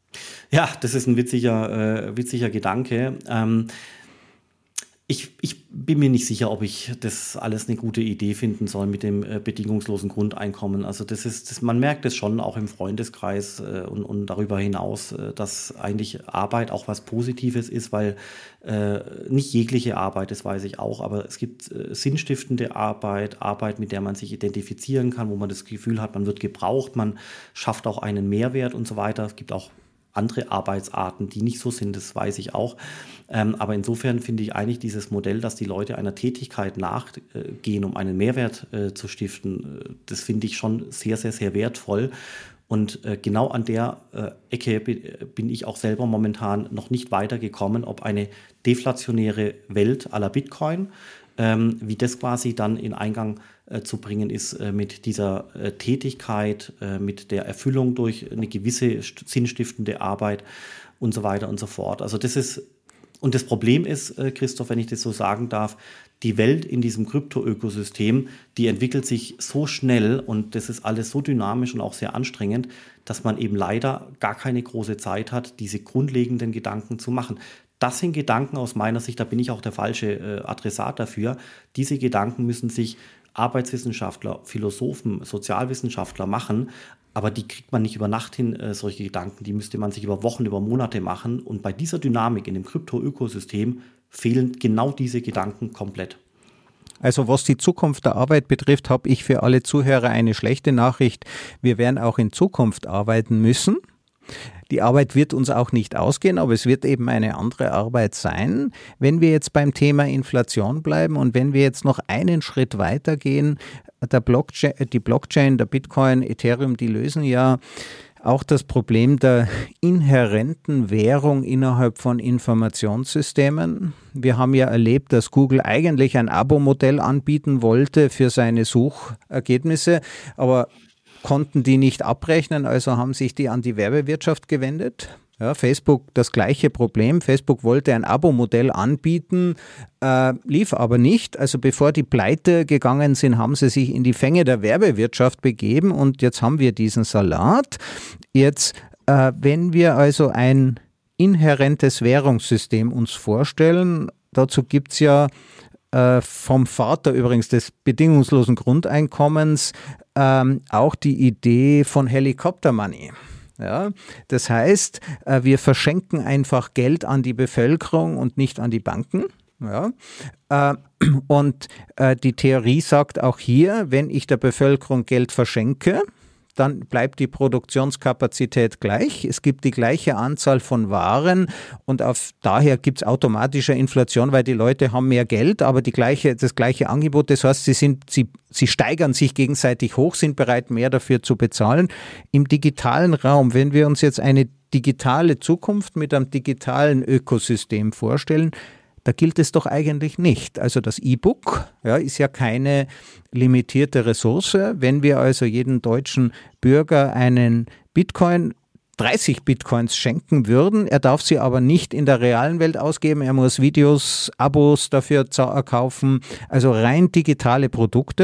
Ja, das ist ein witziger, äh, witziger Gedanke. Ähm, Ich, ich bin mir nicht sicher, ob ich das alles eine gute Idee finden soll mit dem äh, bedingungslosen Grundeinkommen. Also das ist, das, man merkt es schon auch im Freundeskreis äh, und, und darüber hinaus, äh, dass eigentlich Arbeit auch was Positives ist, weil äh, nicht jegliche Arbeit, das weiß ich auch, aber es gibt äh, sinnstiftende Arbeit, Arbeit, mit der man sich identifizieren kann, wo man das Gefühl hat, man wird gebraucht, man schafft auch einen Mehrwert und so weiter. Es gibt auch andere Arbeitsarten, die nicht so sind, das weiß ich auch. Ähm, aber insofern finde ich eigentlich dieses Modell, dass die Leute einer Tätigkeit nachgehen, um einen Mehrwert äh, zu stiften, äh, das finde ich schon sehr, sehr, sehr wertvoll. Und äh, genau an der äh, Ecke bin, bin ich auch selber momentan noch nicht weitergekommen, ob eine deflationäre Welt à la Bitcoin, ähm, wie das quasi dann in Eingang äh, zu bringen ist äh, mit dieser äh, Tätigkeit, äh, mit der Erfüllung durch eine gewisse st- sinnstiftende Arbeit und so weiter und so fort. Also das ist, und das Problem ist, äh, Christoph, wenn ich das so sagen darf, die Welt in diesem Krypto-Ökosystem, die entwickelt sich so schnell und das ist alles so dynamisch und auch sehr anstrengend, dass man eben leider gar keine große Zeit hat, diese grundlegenden Gedanken zu machen. Das sind Gedanken aus meiner Sicht, da bin ich auch der falsche äh, Adressat dafür. Diese Gedanken müssen sich Arbeitswissenschaftler, Philosophen, Sozialwissenschaftler machen, aber die kriegt man nicht über Nacht hin, äh, solche Gedanken, die müsste man sich über Wochen, über Monate machen. Und bei dieser Dynamik in dem Krypto-Ökosystem fehlen genau diese Gedanken komplett. Also was die Zukunft der Arbeit betrifft, habe ich für alle Zuhörer eine schlechte Nachricht. Wir werden auch in Zukunft arbeiten müssen. Die Arbeit wird uns auch nicht ausgehen, aber es wird eben eine andere Arbeit sein. Wenn wir jetzt beim Thema Inflation bleiben und wenn wir jetzt noch einen Schritt weitergehen, der Blockchain, die Blockchain, der Bitcoin, Ethereum, die lösen ja auch das Problem der inhärenten Währung innerhalb von Informationssystemen. Wir haben ja erlebt, dass Google eigentlich ein Abo-Modell anbieten wollte für seine Suchergebnisse, aber konnten die nicht abrechnen, also haben sich die an die Werbewirtschaft gewendet. Ja, Facebook das gleiche Problem. Facebook wollte ein Abo-Modell anbieten, äh, lief aber nicht. Also bevor die pleite gegangen sind, haben sie sich in die Fänge der Werbewirtschaft begeben und jetzt haben wir diesen Salat. Jetzt, äh, wenn wir also ein inhärentes Währungssystem uns vorstellen, dazu gibt es ja äh, vom Vater übrigens des bedingungslosen Grundeinkommens ähm, auch die Idee von Helicopter Money. Ja, das heißt, wir verschenken einfach Geld an die Bevölkerung und nicht an die Banken. Ja, und die Theorie sagt auch hier, wenn ich der Bevölkerung Geld verschenke, dann bleibt die Produktionskapazität gleich. Es gibt die gleiche Anzahl von Waren und auf, daher gibt es automatische Inflation, weil die Leute haben mehr Geld, aber die gleiche, das gleiche Angebot. Das heißt, sie, sind, sie, sie steigern sich gegenseitig hoch, sind bereit, mehr dafür zu bezahlen. Im digitalen Raum, wenn wir uns jetzt eine digitale Zukunft mit einem digitalen Ökosystem vorstellen, da gilt es doch eigentlich nicht. Also das E-Book ja, ist ja keine limitierte Ressource. Wenn wir also jedem deutschen Bürger einen Bitcoin, dreißig Bitcoins schenken würden, er darf sie aber nicht in der realen Welt ausgeben, er muss Videos, Abos dafür kaufen, also rein digitale Produkte.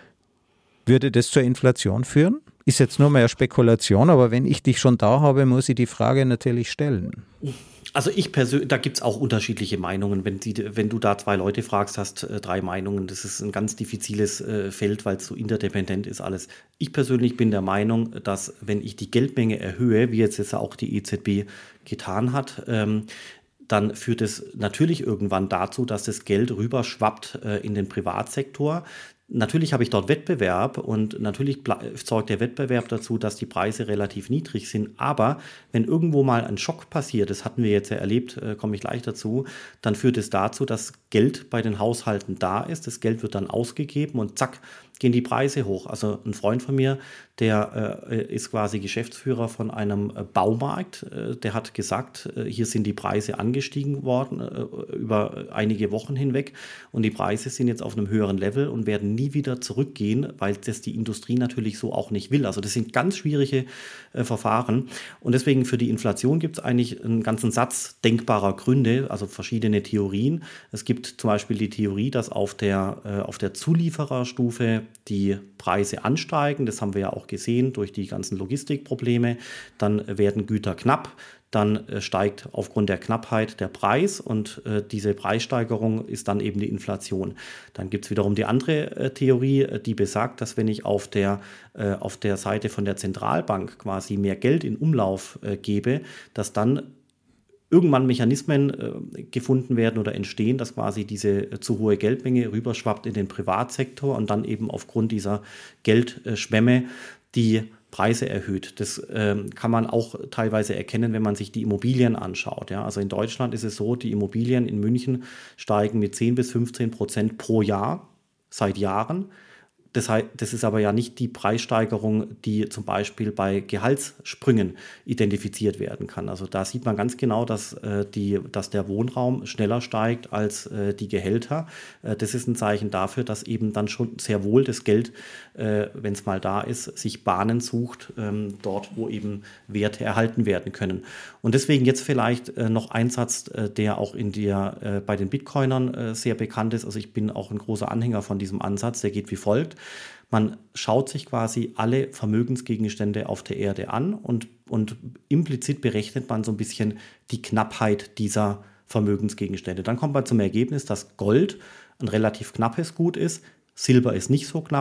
Würde das zur Inflation führen? Ist jetzt nur mehr Spekulation, aber wenn ich dich schon da habe, muss ich die Frage natürlich stellen. Also ich persönlich, da gibt es auch unterschiedliche Meinungen. Wenn, die, wenn du da zwei Leute fragst, hast äh, drei Meinungen. Das ist ein ganz diffiziles äh, Feld, weil es so interdependent ist alles. Ich persönlich bin der Meinung, dass wenn ich die Geldmenge erhöhe, wie jetzt, jetzt auch die E Z B getan hat, ähm, dann führt es natürlich irgendwann dazu, dass das Geld rüberschwappt äh, in den Privatsektor. Natürlich habe ich dort Wettbewerb und natürlich sorgt der Wettbewerb dazu, dass die Preise relativ niedrig sind. Aber wenn irgendwo mal ein Schock passiert, das hatten wir jetzt ja erlebt, äh, komme ich gleich dazu, dann führt es dazu, dass Geld bei den Haushalten da ist. Das Geld wird dann ausgegeben und zack, gehen die Preise hoch. Also ein Freund von mir, der äh, ist quasi Geschäftsführer von einem äh, Baumarkt. Äh, der hat gesagt, äh, hier sind die Preise angestiegen worden äh, über einige Wochen hinweg und die Preise sind jetzt auf einem höheren Level und werden nie wieder zurückgehen, weil das die Industrie natürlich so auch nicht will. Also das sind ganz schwierige äh, Verfahren und deswegen für die Inflation gibt es eigentlich einen ganzen Satz denkbarer Gründe, also verschiedene Theorien. Es gibt zum Beispiel die Theorie, dass auf der, äh, auf der Zuliefererstufe die Preise ansteigen. Das haben wir ja auch gesehen durch die ganzen Logistikprobleme. Dann werden Güter knapp. Dann äh, steigt aufgrund der Knappheit der Preis und äh, diese Preissteigerung ist dann eben die Inflation. Dann gibt es wiederum die andere äh, Theorie, äh, die besagt, dass wenn ich auf der, äh, auf der Seite von der Zentralbank quasi mehr Geld in Umlauf äh, gebe, dass dann irgendwann Mechanismen äh, gefunden werden oder entstehen, dass quasi diese äh, zu hohe Geldmenge rüberschwappt in den Privatsektor und dann eben aufgrund dieser Geldschwemme die Preise erhöht. Das ähm, kann man auch teilweise erkennen, wenn man sich die Immobilien anschaut. Ja? Also in Deutschland ist es so, die Immobilien in München steigen mit zehn bis fünfzehn Prozent pro Jahr seit Jahren. Das heißt, das ist aber ja nicht die Preissteigerung, die zum Beispiel bei Gehaltssprüngen identifiziert werden kann. Also da sieht man ganz genau, dass, äh, die, dass der Wohnraum schneller steigt als äh, die Gehälter. Äh, das ist ein Zeichen dafür, dass eben dann schon sehr wohl das Geld, äh, wenn es mal da ist, sich Bahnen sucht, ähm, dort, wo eben Werte erhalten werden können. Und deswegen jetzt vielleicht äh, noch ein Satz, äh, der auch in der, äh, bei den Bitcoinern äh, sehr bekannt ist. Also ich bin auch ein großer Anhänger von diesem Ansatz, der geht wie folgt. Man schaut sich quasi alle Vermögensgegenstände auf der Erde an und, und implizit berechnet man so ein bisschen die Knappheit dieser Vermögensgegenstände. Dann kommt man zum Ergebnis, dass Gold ein relativ knappes Gut ist, Silber ist nicht so knapp,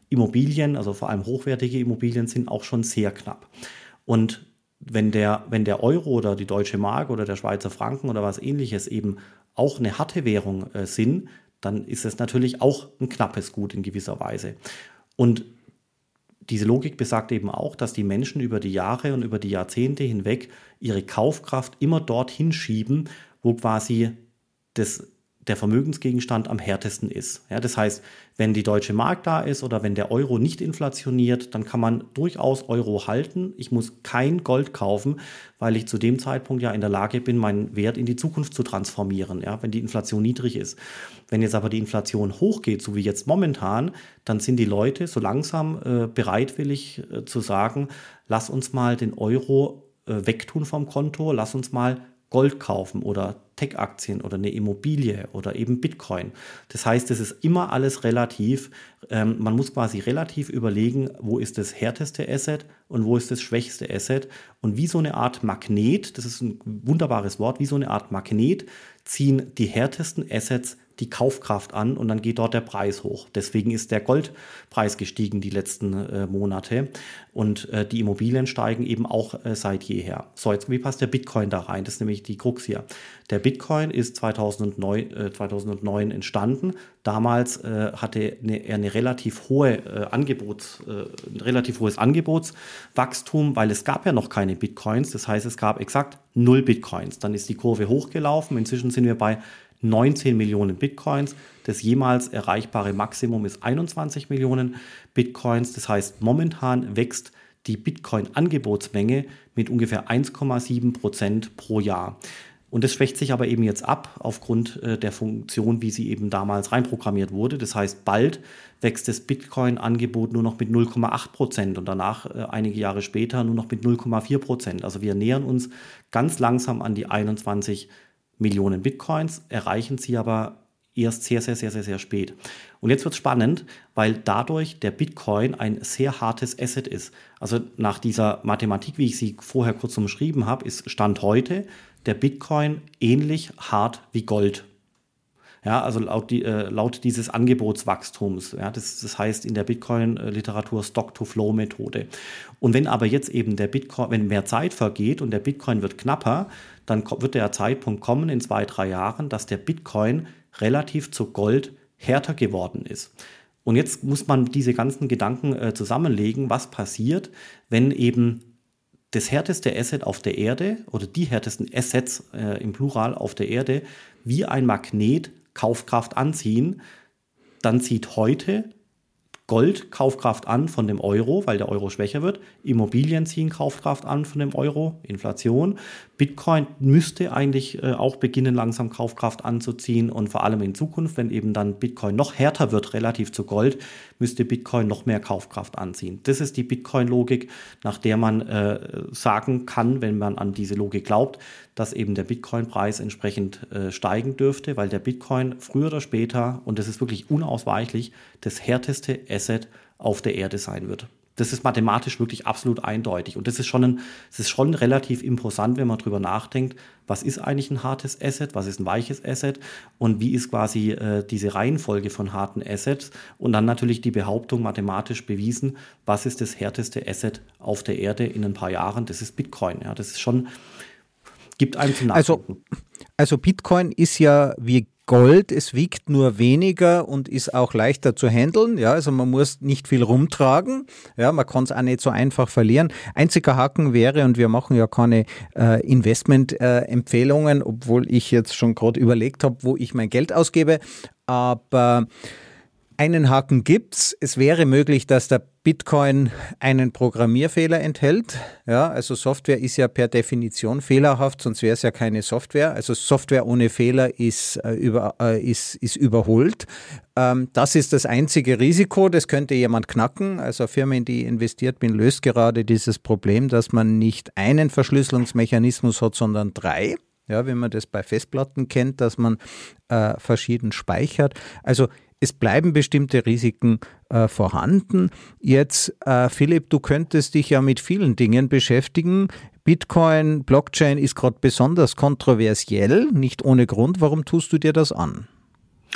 Immobilien, also vor allem hochwertige Immobilien, sind auch schon sehr knapp. Und wenn der, wenn der Euro oder die Deutsche Mark oder der Schweizer Franken oder was Ähnliches eben auch eine harte Währung äh, sind, dann ist es natürlich auch ein knappes Gut in gewisser Weise. Und diese Logik besagt eben auch, dass die Menschen über die Jahre und über die Jahrzehnte hinweg ihre Kaufkraft immer dorthin schieben, wo quasi das, der Vermögensgegenstand am härtesten ist. Ja, das heißt, wenn die Deutsche Mark da ist oder wenn der Euro nicht inflationiert, dann kann man durchaus Euro halten. Ich muss kein Gold kaufen, weil ich zu dem Zeitpunkt ja in der Lage bin, meinen Wert in die Zukunft zu transformieren, ja, wenn die Inflation niedrig ist. Wenn jetzt aber die Inflation hochgeht, so wie jetzt momentan, dann sind die Leute so langsam äh, bereitwillig äh, zu sagen, lass uns mal den Euro äh, wegtun vom Konto, lass uns mal Gold kaufen oder Tech-Aktien oder eine Immobilie oder eben Bitcoin. Das heißt, es ist immer alles relativ. Ähm, man muss quasi relativ überlegen, wo ist das härteste Asset und wo ist das schwächste Asset. Und wie so eine Art Magnet, das ist ein wunderbares Wort, wie so eine Art Magnet ziehen die härtesten Assets die Kaufkraft an und dann geht dort der Preis hoch. Deswegen ist der Goldpreis gestiegen die letzten äh, Monate und äh, die Immobilien steigen eben auch äh, seit jeher. So, jetzt wie passt der Bitcoin da rein? Das ist nämlich die Krux hier. Der Bitcoin ist zweitausendneun, äh, zweitausendneun entstanden. Damals äh, hatte eine, er eine relativ hohe äh, Angebots, äh, ein relativ hohes Angebotswachstum, weil es gab ja noch keine Bitcoins. Das heißt, es gab exakt null Bitcoins. Dann ist die Kurve hochgelaufen. Inzwischen sind wir bei neunzehn Millionen Bitcoins. Das jemals erreichbare Maximum ist einundzwanzig Millionen Bitcoins. Das heißt, momentan wächst die Bitcoin-Angebotsmenge mit ungefähr eins Komma sieben Prozent pro Jahr. Und das schwächt sich aber eben jetzt ab aufgrund äh, der Funktion, wie sie eben damals reinprogrammiert wurde. Das heißt, bald wächst das Bitcoin-Angebot nur noch mit null Komma acht Prozent und danach äh, einige Jahre später nur noch mit null Komma vier Prozent. Also wir nähern uns ganz langsam an die einundzwanzig Millionen Bitcoins, erreichen sie aber erst sehr, sehr, sehr, sehr, sehr spät. Und jetzt wird es spannend, weil dadurch der Bitcoin ein sehr hartes Asset ist. Also nach dieser Mathematik, wie ich sie vorher kurz umschrieben habe, ist Stand heute der Bitcoin ähnlich hart wie Gold. Ja, also laut, die, äh, laut dieses Angebotswachstums. Ja, das, das heißt in der Bitcoin-Literatur Stock-to-Flow-Methode. Und wenn aber jetzt eben der Bitcoin, wenn mehr Zeit vergeht und der Bitcoin wird knapper, dann wird der Zeitpunkt kommen in zwei, drei Jahren, dass der Bitcoin relativ zu Gold härter geworden ist. Und jetzt muss man diese ganzen Gedanken äh, zusammenlegen, was passiert, wenn eben das härteste Asset auf der Erde oder die härtesten Assets äh, im Plural auf der Erde wie ein Magnet Kaufkraft anziehen, dann zieht heute Gold Kaufkraft an von dem Euro, weil der Euro schwächer wird. Immobilien ziehen Kaufkraft an von dem Euro, Inflation. Bitcoin müsste eigentlich äh, auch beginnen, langsam Kaufkraft anzuziehen und vor allem in Zukunft, wenn eben dann Bitcoin noch härter wird relativ zu Gold, müsste Bitcoin noch mehr Kaufkraft anziehen. Das ist die Bitcoin-Logik, nach der man äh, sagen kann, wenn man an diese Logik glaubt, dass eben der Bitcoin-Preis entsprechend äh, steigen dürfte, weil der Bitcoin früher oder später, und das ist wirklich unausweichlich, das härteste Asset auf der Erde sein wird. Das ist mathematisch wirklich absolut eindeutig. Und das ist schon, ein, das ist schon relativ imposant, wenn man darüber nachdenkt, was ist eigentlich ein hartes Asset, was ist ein weiches Asset und wie ist quasi äh, diese Reihenfolge von harten Assets. Und dann natürlich die Behauptung mathematisch bewiesen, was ist das härteste Asset auf der Erde in ein paar Jahren. Das ist Bitcoin. Ja, das ist schon, gibt einem zum Nachdenken. Also, also Bitcoin ist ja wie Gold, es wiegt nur weniger und ist auch leichter zu handeln. Ja, also man muss nicht viel rumtragen. Ja, man kann es auch nicht so einfach verlieren. Einziger Haken wäre, und wir machen ja keine äh, Investment-Empfehlungen, äh, obwohl ich jetzt schon gerade überlegt habe, wo ich mein Geld ausgebe. Aber einen Haken gibt's. Es wäre möglich, dass der Bitcoin einen Programmierfehler enthält. Ja, also Software ist ja per Definition fehlerhaft, sonst wäre es ja keine Software. Also Software ohne Fehler ist, äh, über, äh, ist, ist überholt. Ähm, das ist das einzige Risiko, das könnte jemand knacken. Also eine Firma, in die ich investiert bin, löst gerade dieses Problem, dass man nicht einen Verschlüsselungsmechanismus hat, sondern drei. Ja, wenn man das bei Festplatten kennt, dass man äh, verschieden speichert. Also es bleiben bestimmte Risiken äh, vorhanden. Jetzt, äh, Philipp, du könntest dich ja mit vielen Dingen beschäftigen. Bitcoin, Blockchain ist gerade besonders kontroversiell, nicht ohne Grund. Warum tust du dir das an?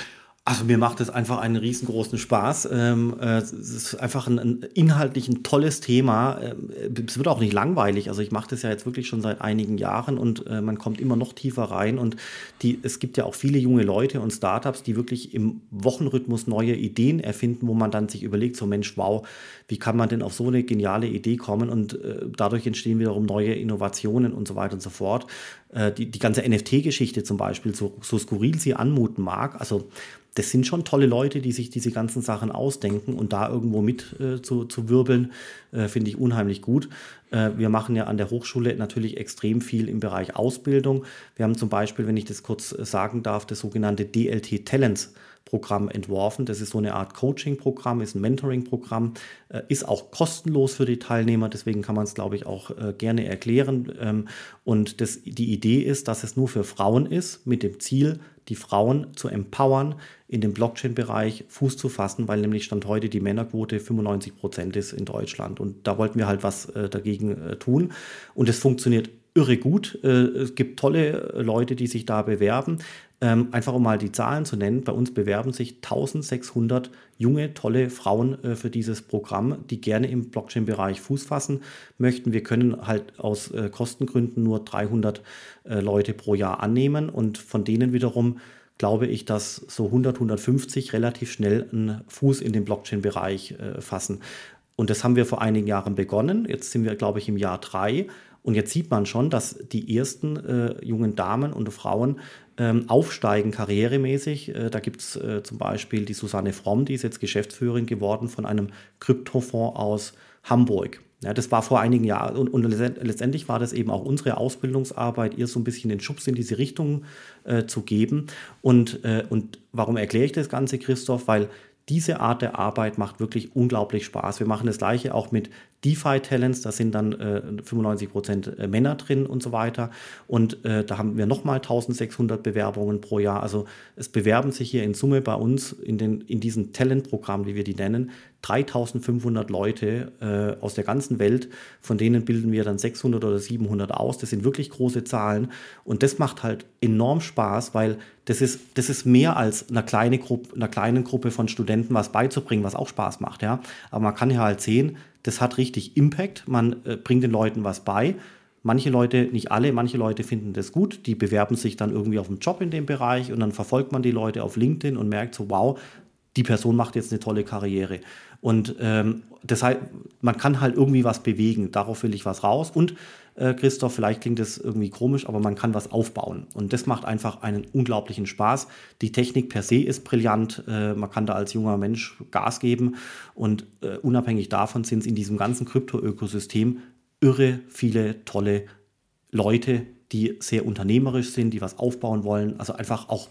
Also mir macht es einfach einen riesengroßen Spaß. Ähm, äh, es ist einfach ein, ein inhaltlich ein tolles Thema. Ähm, es wird auch nicht langweilig. Also ich mache das ja jetzt wirklich schon seit einigen Jahren und äh, man kommt immer noch tiefer rein. Und die, es gibt ja auch viele junge Leute und Startups, die wirklich im Wochenrhythmus neue Ideen erfinden, wo man dann sich überlegt, so Mensch, wow, wie kann man denn auf so eine geniale Idee kommen? Und äh, dadurch entstehen wiederum neue Innovationen und so weiter und so fort. Äh, die, die ganze N F T-Geschichte zum Beispiel, so, so skurril sie anmuten mag, also das sind schon tolle Leute, die sich diese ganzen Sachen ausdenken und da irgendwo mit äh, zu, zu wirbeln, äh, finde ich unheimlich gut. Äh, wir machen ja an der Hochschule natürlich extrem viel im Bereich Ausbildung. Wir haben zum Beispiel, wenn ich das kurz äh, sagen darf, das sogenannte D L T Talents Programm entworfen. Das ist so eine Art Coaching-Programm, ist ein Mentoring-Programm, äh, ist auch kostenlos für die Teilnehmer, deswegen kann man es, glaube ich, auch äh, gerne erklären. Ähm, und das, die Idee ist, dass es nur für Frauen ist, mit dem Ziel, die Frauen zu empowern, in dem Blockchain-Bereich Fuß zu fassen, weil nämlich Stand heute die Männerquote fünfundneunzig Prozent ist in Deutschland. Und da wollten wir halt was äh, dagegen äh, tun. Und es funktioniert irre gut. Äh, es gibt tolle Leute, die sich da bewerben. Ähm, einfach um mal die Zahlen zu nennen, bei uns bewerben sich eintausendsechshundert junge, tolle Frauen äh, für dieses Programm, die gerne im Blockchain-Bereich Fuß fassen möchten. Wir können halt aus äh, Kostengründen nur dreihundert äh, Leute pro Jahr annehmen und von denen wiederum glaube ich, dass so hundert, hundertfünfzig relativ schnell einen Fuß in den Blockchain-Bereich äh, fassen. Und das haben wir vor einigen Jahren begonnen. Jetzt sind wir, glaube ich, im Jahr drei. Und jetzt sieht man schon, dass die ersten äh, jungen Damen und Frauen ähm, aufsteigen karrieremäßig. Äh, da gibt es äh, zum Beispiel die Susanne Fromm, die ist jetzt Geschäftsführerin geworden von einem Kryptofonds aus Hamburg. Ja, das war vor einigen Jahren und, und letztendlich war das eben auch unsere Ausbildungsarbeit, ihr so ein bisschen den Schubs in diese Richtung äh, zu geben. Und, äh, und warum erkläre ich das Ganze, Christoph? Weil diese Art der Arbeit macht wirklich unglaublich Spaß. Wir machen das Gleiche auch mit DeFi-Talents, da sind dann äh, fünfundneunzig Prozent Männer drin und so weiter. Und äh, da haben wir nochmal eintausendsechshundert Bewerbungen pro Jahr. Also es bewerben sich hier in Summe bei uns in, den, in diesen Talent-Programmen, wie wir die nennen, dreitausendfünfhundert Leute äh, aus der ganzen Welt. Von denen bilden wir dann sechshundert oder siebenhundert aus. Das sind wirklich große Zahlen. Und das macht halt enorm Spaß, weil das ist, das ist mehr als einer, kleine Gruppe, einer kleinen Gruppe von Studenten was beizubringen, was auch Spaß macht. Ja? Aber man kann ja halt sehen, das hat richtig Impact. Man äh, bringt den Leuten was bei. Manche Leute, nicht alle, manche Leute finden das gut. Die bewerben sich dann irgendwie auf einen Job in dem Bereich und dann verfolgt man die Leute auf LinkedIn und merkt so, wow, die Person macht jetzt eine tolle Karriere. Und ähm, deshalb, man kann halt irgendwie was bewegen. Darauf will ich was raus. Und äh, Christoph, vielleicht klingt das irgendwie komisch, aber man kann was aufbauen. Und das macht einfach einen unglaublichen Spaß. Die Technik per se ist brillant. Äh, man kann da als junger Mensch Gas geben. Und äh, unabhängig davon sind es in diesem ganzen Krypto-Ökosystem irre viele tolle Leute, die sehr unternehmerisch sind, die was aufbauen wollen. Also einfach auch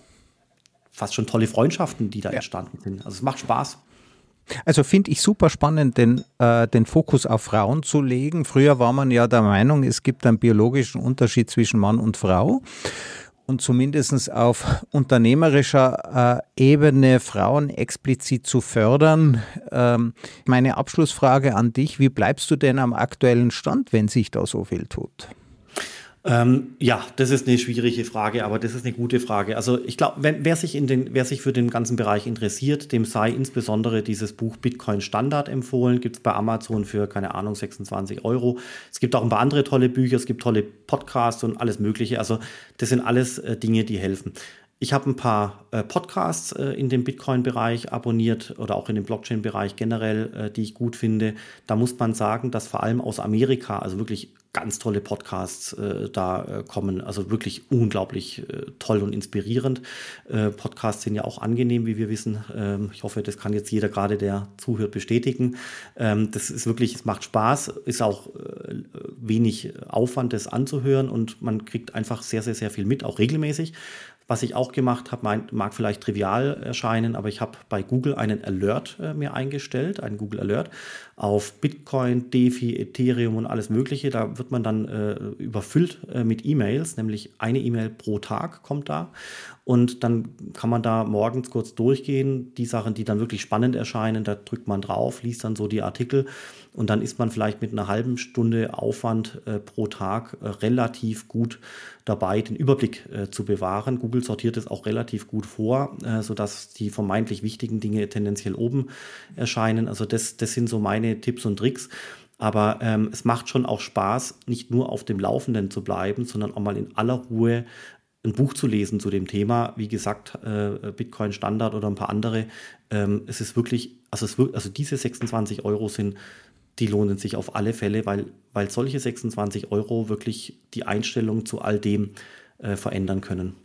fast schon tolle Freundschaften, die da ja. entstanden sind. Also es macht Spaß. Also finde ich super spannend, den, äh, den Fokus auf Frauen zu legen. Früher war man ja der Meinung, es gibt einen biologischen Unterschied zwischen Mann und Frau. Und zumindest auf unternehmerischer äh, Ebene Frauen explizit zu fördern. Ähm, meine Abschlussfrage an dich, wie bleibst du denn am aktuellen Stand, wenn sich da so viel tut? Ähm, ja, das ist eine schwierige Frage, aber das ist eine gute Frage. Also ich glaube, wer sich in den, wer sich für den ganzen Bereich interessiert, dem sei insbesondere dieses Buch Bitcoin Standard empfohlen. Gibt es bei Amazon für, keine Ahnung, sechsundzwanzig Euro. Es gibt auch ein paar andere tolle Bücher, es gibt tolle Podcasts und alles Mögliche. Also das sind alles äh, Dinge, die helfen. Ich habe ein paar äh, Podcasts äh, in dem Bitcoin-Bereich abonniert oder auch in dem Blockchain-Bereich generell, äh, die ich gut finde. Da muss man sagen, dass vor allem aus Amerika, also wirklich ganz tolle Podcasts äh, da äh, kommen, also wirklich unglaublich äh, toll und inspirierend. Äh, Podcasts sind ja auch angenehm, wie wir wissen. Ähm, ich hoffe, das kann jetzt jeder gerade, der zuhört, bestätigen. Ähm, das ist wirklich, es macht Spaß, ist auch äh, wenig Aufwand, das anzuhören und man kriegt einfach sehr, sehr, sehr viel mit, auch regelmäßig. Was ich auch gemacht habe, mag vielleicht trivial erscheinen, aber ich habe bei Google einen Alert äh, mir eingestellt, einen Google Alert auf Bitcoin, DeFi, Ethereum und alles Mögliche. Da wird man dann äh, überfüllt äh, mit E-Mails, nämlich eine E-Mail pro Tag kommt da. Und dann kann man da morgens kurz durchgehen, die Sachen, die dann wirklich spannend erscheinen, da drückt man drauf, liest dann so die Artikel. Und dann ist man vielleicht mit einer halben Stunde Aufwand äh, pro Tag äh, relativ gut dabei, den Überblick äh, zu bewahren. Google sortiert es auch relativ gut vor, äh, sodass die vermeintlich wichtigen Dinge tendenziell oben erscheinen. Also das, das sind so meine Tipps und Tricks. Aber ähm, es macht schon auch Spaß, nicht nur auf dem Laufenden zu bleiben, sondern auch mal in aller Ruhe ein Buch zu lesen zu dem Thema. Wie gesagt, äh, Bitcoin Standard oder ein paar andere. Ähm, es ist wirklich, also, es wird, also diese sechsundzwanzig Euro sind, die lohnen sich auf alle Fälle, weil, weil solche sechsundzwanzig Euro wirklich die Einstellung zu all dem äh, verändern können.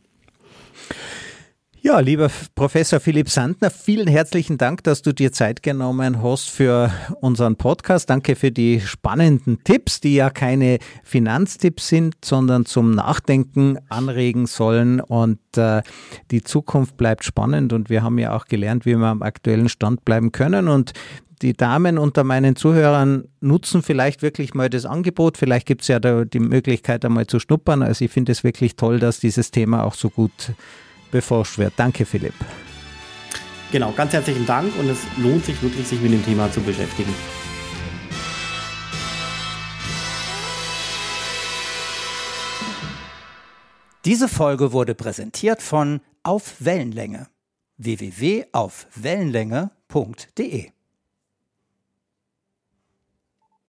Ja, lieber Professor Philipp Sandner, vielen herzlichen Dank, dass du dir Zeit genommen hast für unseren Podcast. Danke für die spannenden Tipps, die ja keine Finanztipps sind, sondern zum Nachdenken anregen sollen. Und äh, die Zukunft bleibt spannend und wir haben ja auch gelernt, wie wir am aktuellen Stand bleiben können. Und die Damen unter meinen Zuhörern nutzen vielleicht wirklich mal das Angebot. Vielleicht gibt es ja da die Möglichkeit, einmal zu schnuppern. Also ich finde es wirklich toll, dass dieses Thema auch so gut beforscht wird. Danke, Philipp. Genau, ganz herzlichen Dank und es lohnt sich wirklich, sich mit dem Thema zu beschäftigen. Diese Folge wurde präsentiert von Auf Wellenlänge. w w w punkt auf wellenlänge punkt de